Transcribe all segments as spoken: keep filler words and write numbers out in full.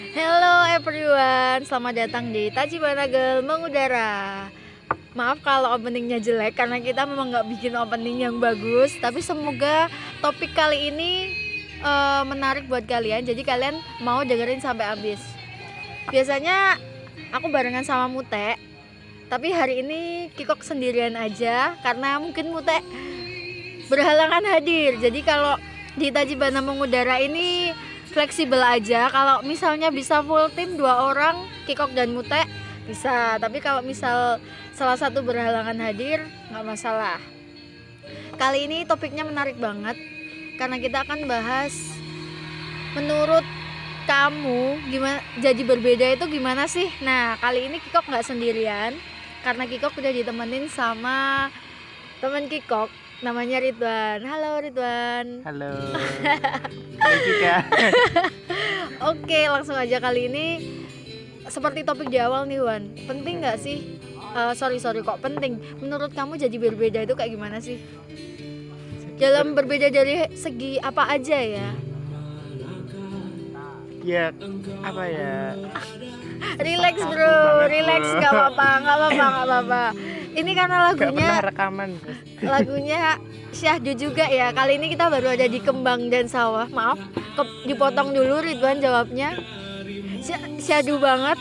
Hello everyone, selamat datang di Tachibana Girl Mengudara. Maaf kalau openingnya jelek karena kita memang nggak bikin opening yang bagus. Tapi semoga topik kali ini uh, menarik buat kalian. Jadi kalian mau dengerin sampai habis. Biasanya aku barengan sama Mute, tapi hari ini Kikok sendirian aja karena mungkin Mute berhalangan hadir. Jadi kalau di Tachibana Mengudara ini fleksibel aja, kalau misalnya bisa full tim dua orang Kikok dan Mute bisa, tapi kalau misal salah satu berhalangan hadir nggak masalah. Kali ini topiknya menarik banget karena kita akan bahas menurut kamu gimana jadi berbeda itu gimana sih. Nah kali ini Kikok nggak sendirian karena Kikok udah ditemenin sama teman Kikok namanya Ridwan. Halo Ridwan. Halo. Halo juga. Oke, langsung aja kali ini seperti topik di awal nih Wan. Penting nggak sih? Uh, sorry sorry kok penting. Menurut kamu jadi berbeda itu kayak gimana sih? Dalam berbeda dari segi apa aja ya? Ya apa ya? Relax bro, relax nggak apa-apa, nggak apa-apa, nggak apa-apa. Ini karena lagunya rekaman. Lagunya Syahdu juga ya. Kali ini kita baru ada di Kembang dan Sawah. Maaf, ke- dipotong dulu Ridwan jawabnya. Sy- Syahdu banget.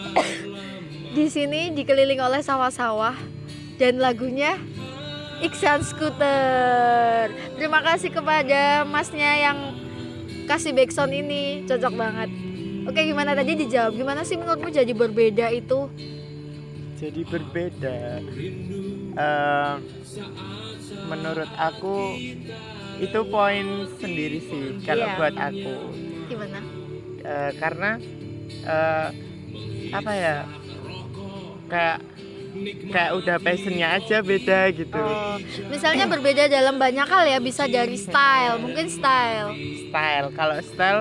Di sini dikeliling oleh sawah-sawah dan lagunya Iksan Scooter. Terima kasih kepada masnya yang kasih backsound ini, cocok banget. Oke, gimana tadi dijawab? Gimana sih menurutmu jadi berbeda itu? Jadi berbeda. Uh, menurut aku itu poin sendiri sih kalau Iya. buat aku. Gimana? Uh, karena uh, apa ya? Kayak kayak udah passionnya aja beda gitu. Oh, misalnya berbeda dalam banyak hal ya, bisa dari style, mungkin style. Style, kalau style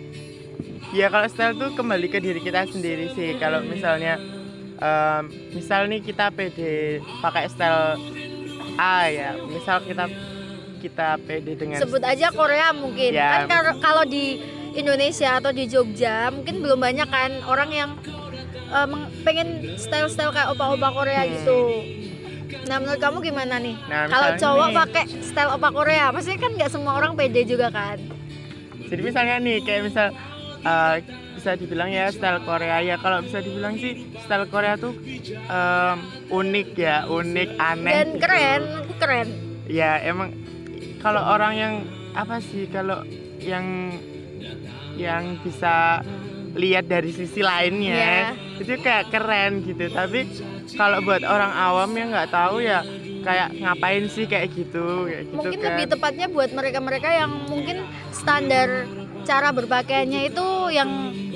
ya kalau style tuh kembali ke diri kita sendiri sih. Kalau misalnya um, misal nih kita pede pakai style A ya, misal kita kita pede dengan Sebut aja Korea mungkin. Ya. Kan kar- kalau di Indonesia atau di Jogja mungkin belum banyak kan orang yang uh, meng- pengen style-style kayak opa-opa Korea Hmm. gitu. Nah menurut kamu gimana nih? Nah, Kalau misalnya cowok nih. pakai style opa Korea, maksudnya kan nggak semua orang pede juga kan? Jadi misalnya nih kayak misal uh, bisa dibilang ya style Korea ya, kalau bisa dibilang sih style Korea tuh um, unik ya, unik, aneh Dan gitu. keren, keren. Ya emang kalau orang yang apa sih, kalau yang yang bisa lihat dari sisi lainnya Yeah. itu kayak keren gitu. Tapi kalau buat orang awam yang nggak tahu ya kayak ngapain sih kayak gitu, kayak gitu Mungkin kan. lebih tepatnya buat mereka-mereka yang mungkin standar cara berpakaiannya itu yang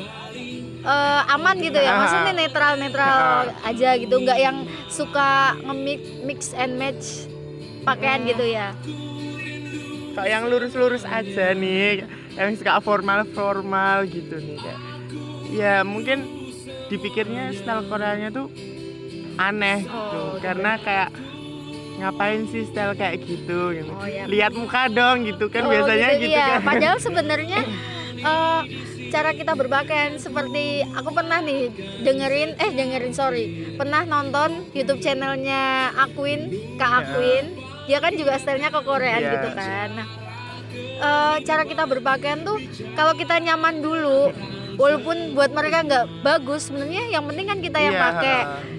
uh, aman gitu ya, maksudnya netral-netral aja gitu, nggak yang suka nge-mix mix and match pakaian gitu ya. Kayak yang lurus-lurus aja nih, yang suka formal-formal gitu nih kayak. Ya mungkin dipikirnya style Koreanya tuh aneh gitu, Oh, karena kayak ngapain sih style kayak gitu, gitu. Oh, ya. Lihat muka dong gitu kan, Oh, biasanya gitu, iya. kan. Padahal sebenarnya uh, cara kita berpakaian seperti aku pernah nih dengerin eh dengerin sorry pernah nonton YouTube channelnya Aquin, Kak Aquin. Dia kan juga stylenya ke Koreaan Iya. gitu kan. Nah, uh, cara kita berpakaian tuh kalau kita nyaman dulu, walaupun buat mereka nggak bagus, sebenarnya yang penting kan kita yang Iya. pakai.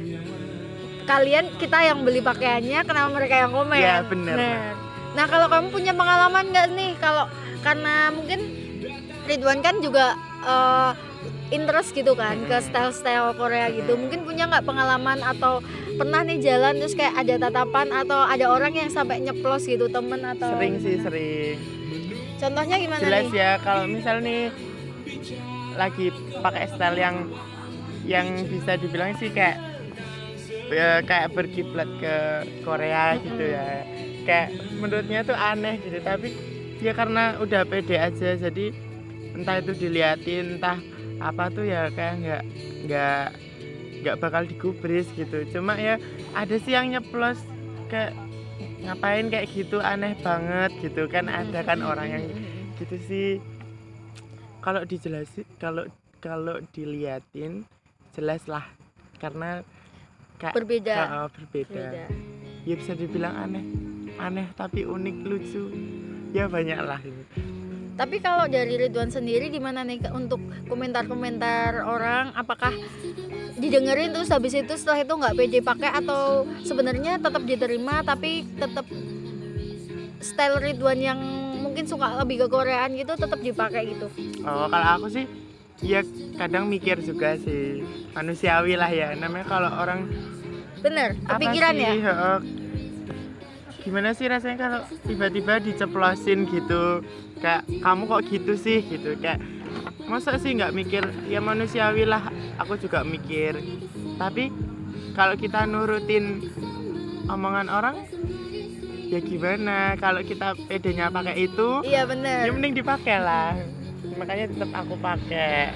Kalian kita yang beli pakaiannya, kenapa mereka yang komen? Iya, bener. Nah, nah kalau kamu punya pengalaman nggak nih, kalau karena mungkin Ridwan kan juga uh, interest gitu kan ke style-style Korea gitu, mungkin punya nggak pengalaman atau pernah nih jalan terus kayak ada tatapan atau ada orang yang sampai nyeplos gitu, temen atau Sering sih, gimana? sering. Contohnya gimana Jelas nih? ya kalau misal nih lagi pakai style yang yang bisa dibilang sih kayak ya, kayak berkiblat ke Korea gitu ya. Kayak menurutnya tuh aneh gitu, tapi ya karena udah pede aja, jadi entah itu diliatin entah apa tuh ya kayak nggak nggak nggak bakal digubris gitu. Cuma ya ada sih yang nyeplos kayak ngapain kayak gitu, aneh banget gitu kan. Ada kan orang yang gitu sih. Kalau dijelasin, kalau kalau diliatin jelas lah karena kayak Berbeda. uh, berbeda. Beda. Ya bisa dibilang aneh, aneh tapi unik lucu. Ya banyak lah. Tapi kalau dari Ridwan sendiri gimana nih ke- untuk komentar-komentar orang, apakah didengerin terus habis itu setelah itu nggak pede pakai atau sebenarnya tetap diterima tapi tetap style Ridwan yang mungkin suka lebih ke Koreaan gitu tetap dipakai gitu? Oh kalau aku sih ya kadang mikir juga sih, manusiawi lah ya. Namanya kalau orang Bener, apa kepikiran sih, ya? heeh, gimana sih rasanya kalau tiba-tiba diceplosin gitu, kayak kamu kok gitu sih gitu, kayak masa sih nggak mikir. Ya manusiawi lah, aku juga mikir, tapi kalau kita nurutin omongan orang ya gimana, kalau kita pedenya pakai itu Iya ya bener. mending dipakai lah, makanya tetap aku pakai.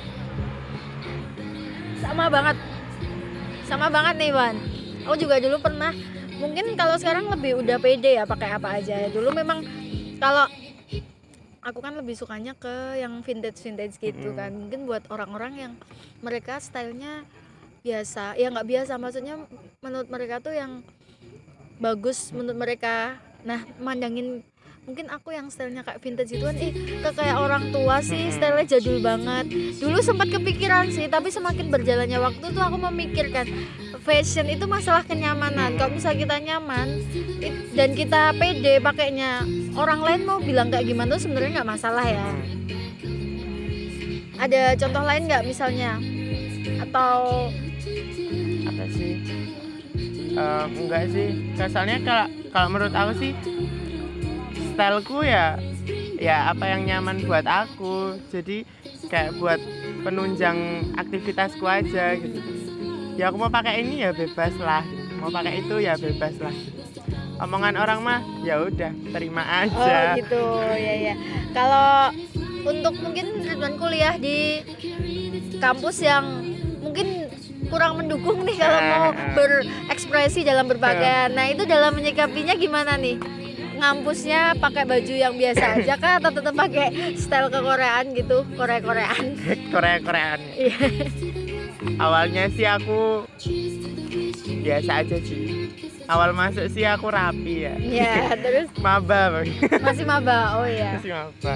Sama banget, sama banget nih Wan. Aku juga dulu pernah, mungkin kalau sekarang lebih udah pede ya pakai apa aja. Dulu memang kalau aku kan lebih sukanya ke yang vintage vintage gitu kan. Mungkin buat orang-orang yang mereka stylenya biasa, ya nggak biasa, maksudnya menurut mereka tuh yang bagus menurut mereka. Nah, mandangin mungkin aku yang stylenya kayak vintage gitu kan, ih ke kayak orang tua sih, stylenya jadul banget. Dulu sempat kepikiran sih, tapi semakin berjalannya waktu tuh aku memikirkan fashion itu masalah kenyamanan. Kalau misal kita nyaman it- dan kita pede pakainya, orang lain mau bilang kayak gimana tuh sebenarnya nggak masalah ya. Ada contoh lain nggak misalnya? Atau Apa sih? Eh, enggak sih, soalnya kalau kalau menurut aku sih styleku ya ya apa yang nyaman buat aku, jadi kayak buat penunjang aktivitasku aja gitu. Ya aku mau pakai ini ya bebas lah, mau pakai itu ya bebas lah. Omongan orang mah ya udah terima oh aja. gitu ya ya. Kalau untuk mungkin Ridwan kuliah di kampus yang mungkin kurang mendukung nih kalau mau berekspresi dalam berpakaian. Nah itu dalam menyikapinya gimana nih? Ngampusnya pakai baju yang biasa aja kah atau tetap pakai style kekoreaan gitu, Korea-Koreaan? Korea-Koreaan. Iya. Awalnya sih aku biasa aja sih. Awal masuk sih aku rapi ya. Iya, terus Maba Bang. masih maba. Oh iya. Masih maba.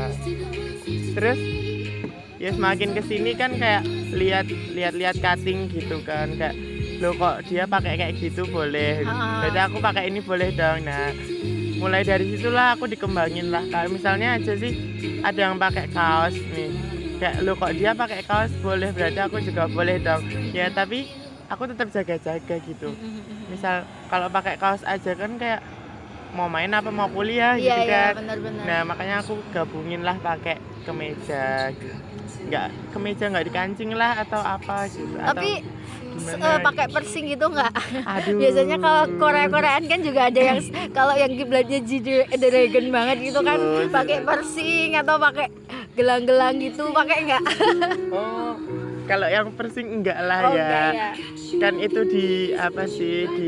Terus ya semakin kesini kan kayak lihat lihat lihat cutting gitu kan, kayak lo kok dia pakai kayak gitu boleh, Ah. berarti aku pakai ini boleh dong. Nah mulai dari situlah aku dikembangin lah, kayak misalnya aja sih ada yang pakai kaos nih, kayak lo kok dia pakai kaos boleh, berarti aku juga boleh dong. Ya tapi aku tetap jaga-jaga gitu. Misal kalau pakai kaos aja kan kayak mau main apa mau kuliah Iya gitu iya kan. benar-benar. Nah makanya aku gabungin lah pakai kemeja, nggak kemeja nggak dikancing lah atau apa gitu. Tapi Atau s- gimana eh, pakai persing gitu nggak? Aduh. Biasanya kalau Korea-Koreaan kan juga ada yang s- kalau yang kiblatnya G-Dragon banget gitu kan, Oh, pakai persing atau pakai gelang-gelang gitu, pakai nggak? Oh kalau yang persing enggak lah Oh, ya. enggak ya. Kan itu di apa sih di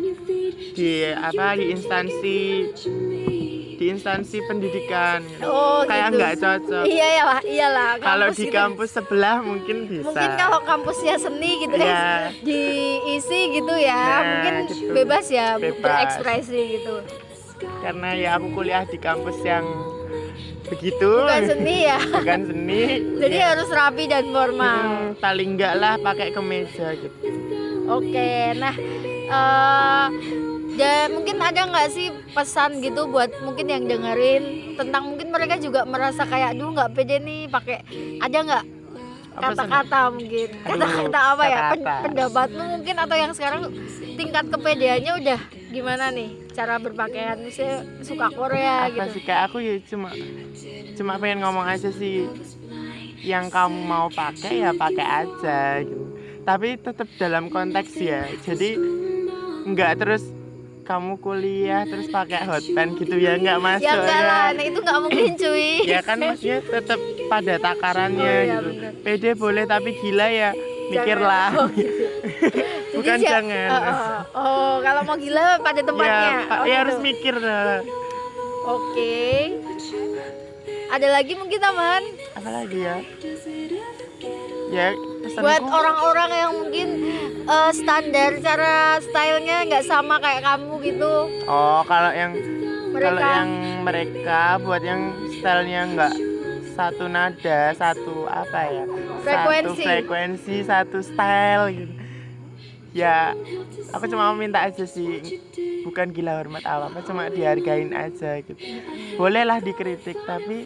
di apa di instansi di instansi pendidikan gitu. Oh Kayak gitu. nggak cocok. Iya ya lah, iyalah. Kalau kampus di gitu. kampus sebelah mungkin bisa. Mungkin kalau kampusnya seni gitu Iya. eh, diisi gitu ya, Nah, mungkin gitu. bebas ya Bebas. berekspresi gitu. Karena ya aku kuliah di kampus yang begitu. Bukan seni ya. Bukan seni. Jadi ya. harus rapi dan formal. Hmm, paling enggak lah pakai kemeja gitu. Oke, nah eh dan mungkin ada nggak sih pesan gitu buat mungkin yang dengerin tentang mungkin mereka juga merasa kayak aduh nggak pede nih pakai, ada nggak Apa kata-kata mungkin Aduh, kata-kata apa ya pen- kata-kata. pendapatmu mungkin atau yang sekarang tingkat kepedeannya udah gimana nih cara berpakaian, misalnya suka Korea Apa gitu. sih kayak aku ya cuma cuma pengen ngomong aja sih, yang kamu mau pakai ya pakai aja gitu. Tapi tetap dalam konteks ya. Jadi nggak terus kamu kuliah terus pakai hot pants gitu ya, nggak masuk Ya enggak lah, ya. nah itu nggak mungkin cuy. Ya kan maksudnya tetap pada takarannya Oh, iya, gitu. bener. Pede boleh tapi gila ya mikirlah. Jangan. Oh, gitu. Bukan Jadi, jangan. oh, oh, oh, kalau mau gila pada tempatnya. Ya, Pak, Oh, ya gitu. harus mikir lah. Oke. Ada lagi mungkin teman Apa lagi ya? Ya pesanku, buat orang-orang yang mungkin uh, standar cara stylenya nggak sama kayak kamu gitu. oh kalau yang Mereka kalau yang mereka buat yang stylenya nggak satu nada, satu apa ya? Satu Frekuensi. frekuensi, satu style gitu. Ya, aku cuma mau minta aja sih, bukan gila hormat apa-apa, cuma dihargain aja gitu. Bolehlah dikritik, tapi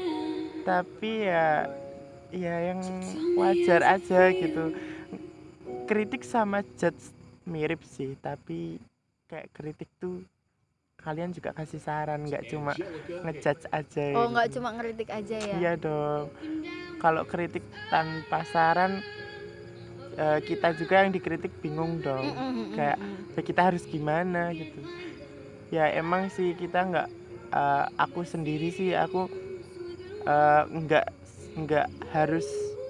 tapi ya ya yang wajar aja gitu. Kritik sama judge mirip sih, tapi kayak kritik tuh kalian juga kasih saran, nggak cuma ngejudge aja. Oh gitu. nggak cuma ngeritik aja ya. Iya dong. Kalau kritik tanpa saran, eh, kita juga yang dikritik bingung dong. Mm, mm, mm, Kayak mm. ya kita harus gimana gitu. Ya emang sih kita nggak, eh, aku sendiri sih aku eh, nggak nggak harus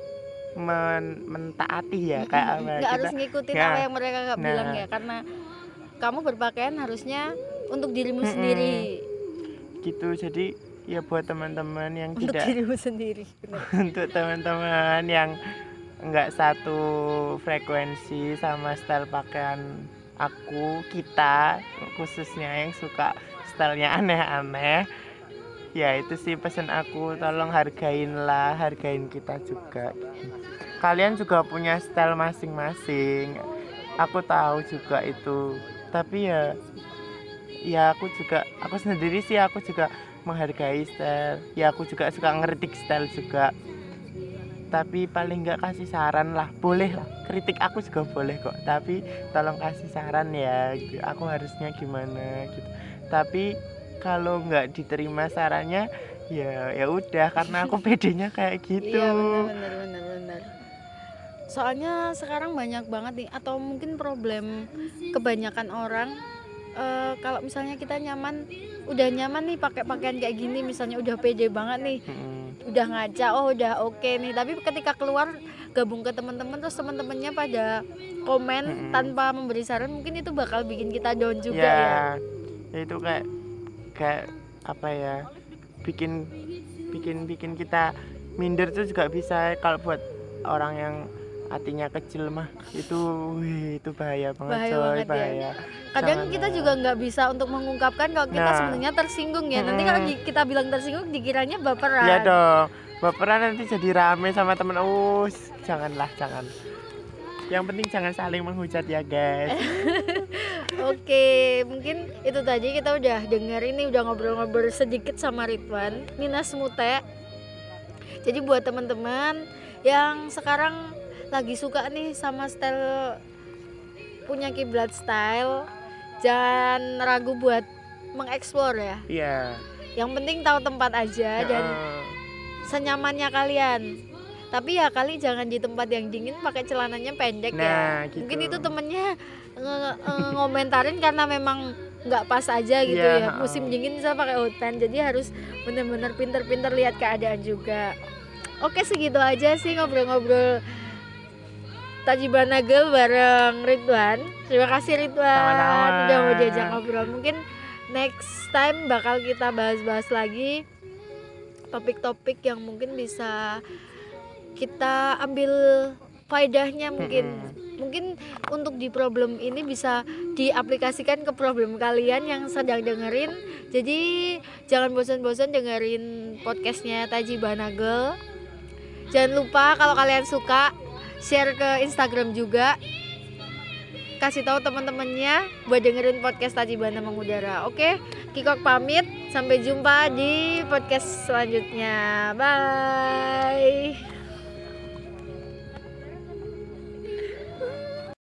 men- mentaati ya kayak apa nggak kita harus ngikutin ya, apa yang mereka nggak nah. bilang ya, karena kamu berpakaian harusnya untuk dirimu Mm-mm. sendiri, gitu. Jadi ya buat teman-teman yang untuk tidak dirimu sendiri. Bener. untuk teman-teman yang nggak satu frekuensi sama style pakaian aku, kita khususnya yang suka stylenya aneh-aneh, ya itu sih pesan aku, tolong hargain lah, hargain kita juga. Kalian juga punya style masing-masing, aku tahu juga itu, tapi ya ya aku juga, aku sendiri sih aku juga menghargai style, ya aku juga suka ngeritik style juga, tapi paling nggak kasih saran lah, boleh lah, kritik aku juga boleh kok, tapi tolong kasih saran ya, aku harusnya gimana gitu. Tapi kalau nggak diterima sarannya, ya ya udah, karena aku pedenya kayak gitu. Iya benar benar benar benar. Soalnya sekarang banyak banget nih, atau mungkin problem kebanyakan orang, eh, kalau misalnya kita nyaman, udah nyaman nih pakai pakaian kayak gini, misalnya udah pede banget nih, Mm-mm. udah ngaca, oh udah oke nih, tapi ketika keluar gabung ke teman-teman, terus teman-temannya pada komen Mm-mm. tanpa memberi saran, mungkin itu bakal bikin kita down juga ya, ya. ya itu kayak kayak apa ya, bikin bikin bikin kita minder tuh juga bisa. Kalau buat orang yang hatinya kecil mah itu, wih, itu bahaya banget, Bahaya coy, banget ya. bahaya. Kadang Jangan kita lah. juga nggak bisa untuk mengungkapkan kalau kita Nah. sebenarnya tersinggung ya. Nanti Mm-mm. kalau di- kita bilang tersinggung dikiranya baperan. Iya dong, baperan nanti jadi rame sama temen. Us, janganlah, jangan. Yang penting jangan saling menghujat ya guys. Oke, mungkin itu tadi kita udah denger ini, udah ngobrol-ngobrol sedikit sama Ridwan, Nina Smute. Jadi buat teman-teman yang sekarang lagi suka nih sama style punya kiblat style, jangan ragu buat mengeksplor ya. Iya. Yang penting tahu tempat aja dan Heeh. senyamannya kalian. Tapi ya kali jangan di tempat yang dingin pakai celananya pendek ya. Nah, gitu. Mungkin itu temennya nge- nge- ngomentarin karena memang nggak pas aja gitu Iya, ya. Musim dingin bisa pakai hutan, jadi harus bener-bener pinter-pinter lihat keadaan juga. Oke, segitu aja sih ngobrol-ngobrol Tajibana Girl bareng Ridwan. Terima kasih Ridwan Sama-sama. udah mau diajak ngobrol. Mungkin next time bakal kita bahas-bahas lagi topik-topik yang mungkin bisa kita ambil faedahnya mungkin. Mm-mm. Mungkin untuk di problem ini bisa diaplikasikan ke problem kalian yang sedang dengerin. Jadi jangan bosan-bosan dengerin podcastnya Tajibana Girl. Jangan lupa kalau kalian suka share ke Instagram juga. Kasih tahu teman-temannya buat dengerin podcast Tajibana Mengudara. Oke, Kikok pamit. Sampai jumpa di podcast selanjutnya. Bye.